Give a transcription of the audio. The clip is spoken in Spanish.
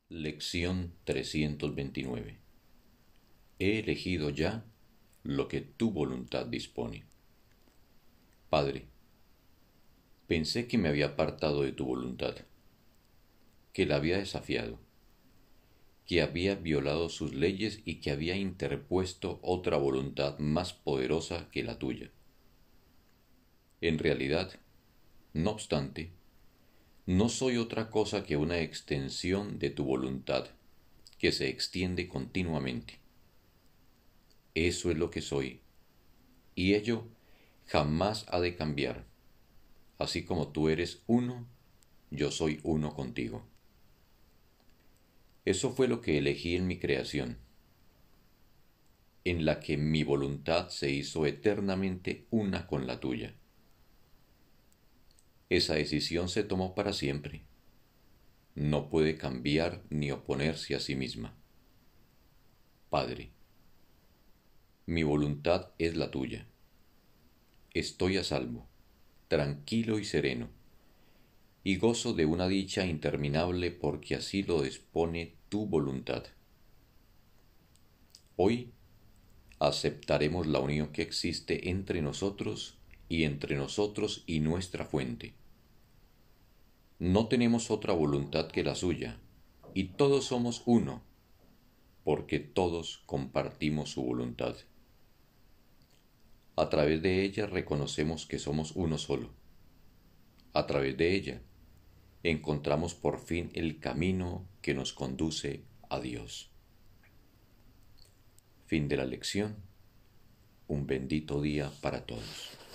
Lección 329. He elegido ya lo que tu voluntad dispone. Padre, pensé que me había apartado de tu voluntad, que la había desafiado, que había violado sus leyes y que había interpuesto otra voluntad más poderosa que la tuya. En realidad, no obstante, no soy otra cosa que una extensión de tu voluntad, que se extiende continuamente. Eso es lo que soy, y ello jamás ha de cambiar. Así como tú eres uno, yo soy uno contigo. Eso fue lo que elegí en mi creación, en la que mi voluntad se hizo eternamente una con la tuya. Esa decisión se tomó para siempre. No puede cambiar ni oponerse a sí misma. Padre, mi voluntad es la tuya. Estoy a salvo, tranquilo y sereno, y gozo de una dicha interminable porque así lo dispone tu voluntad. Hoy aceptaremos la unión que existe entre nosotros y nuestra fuente. No tenemos otra voluntad que la suya, y todos somos uno, porque todos compartimos su voluntad. A través de ella reconocemos que somos uno solo. A través de ella encontramos por fin el camino que nos conduce a Dios. Fin de la lección. Un bendito día para todos.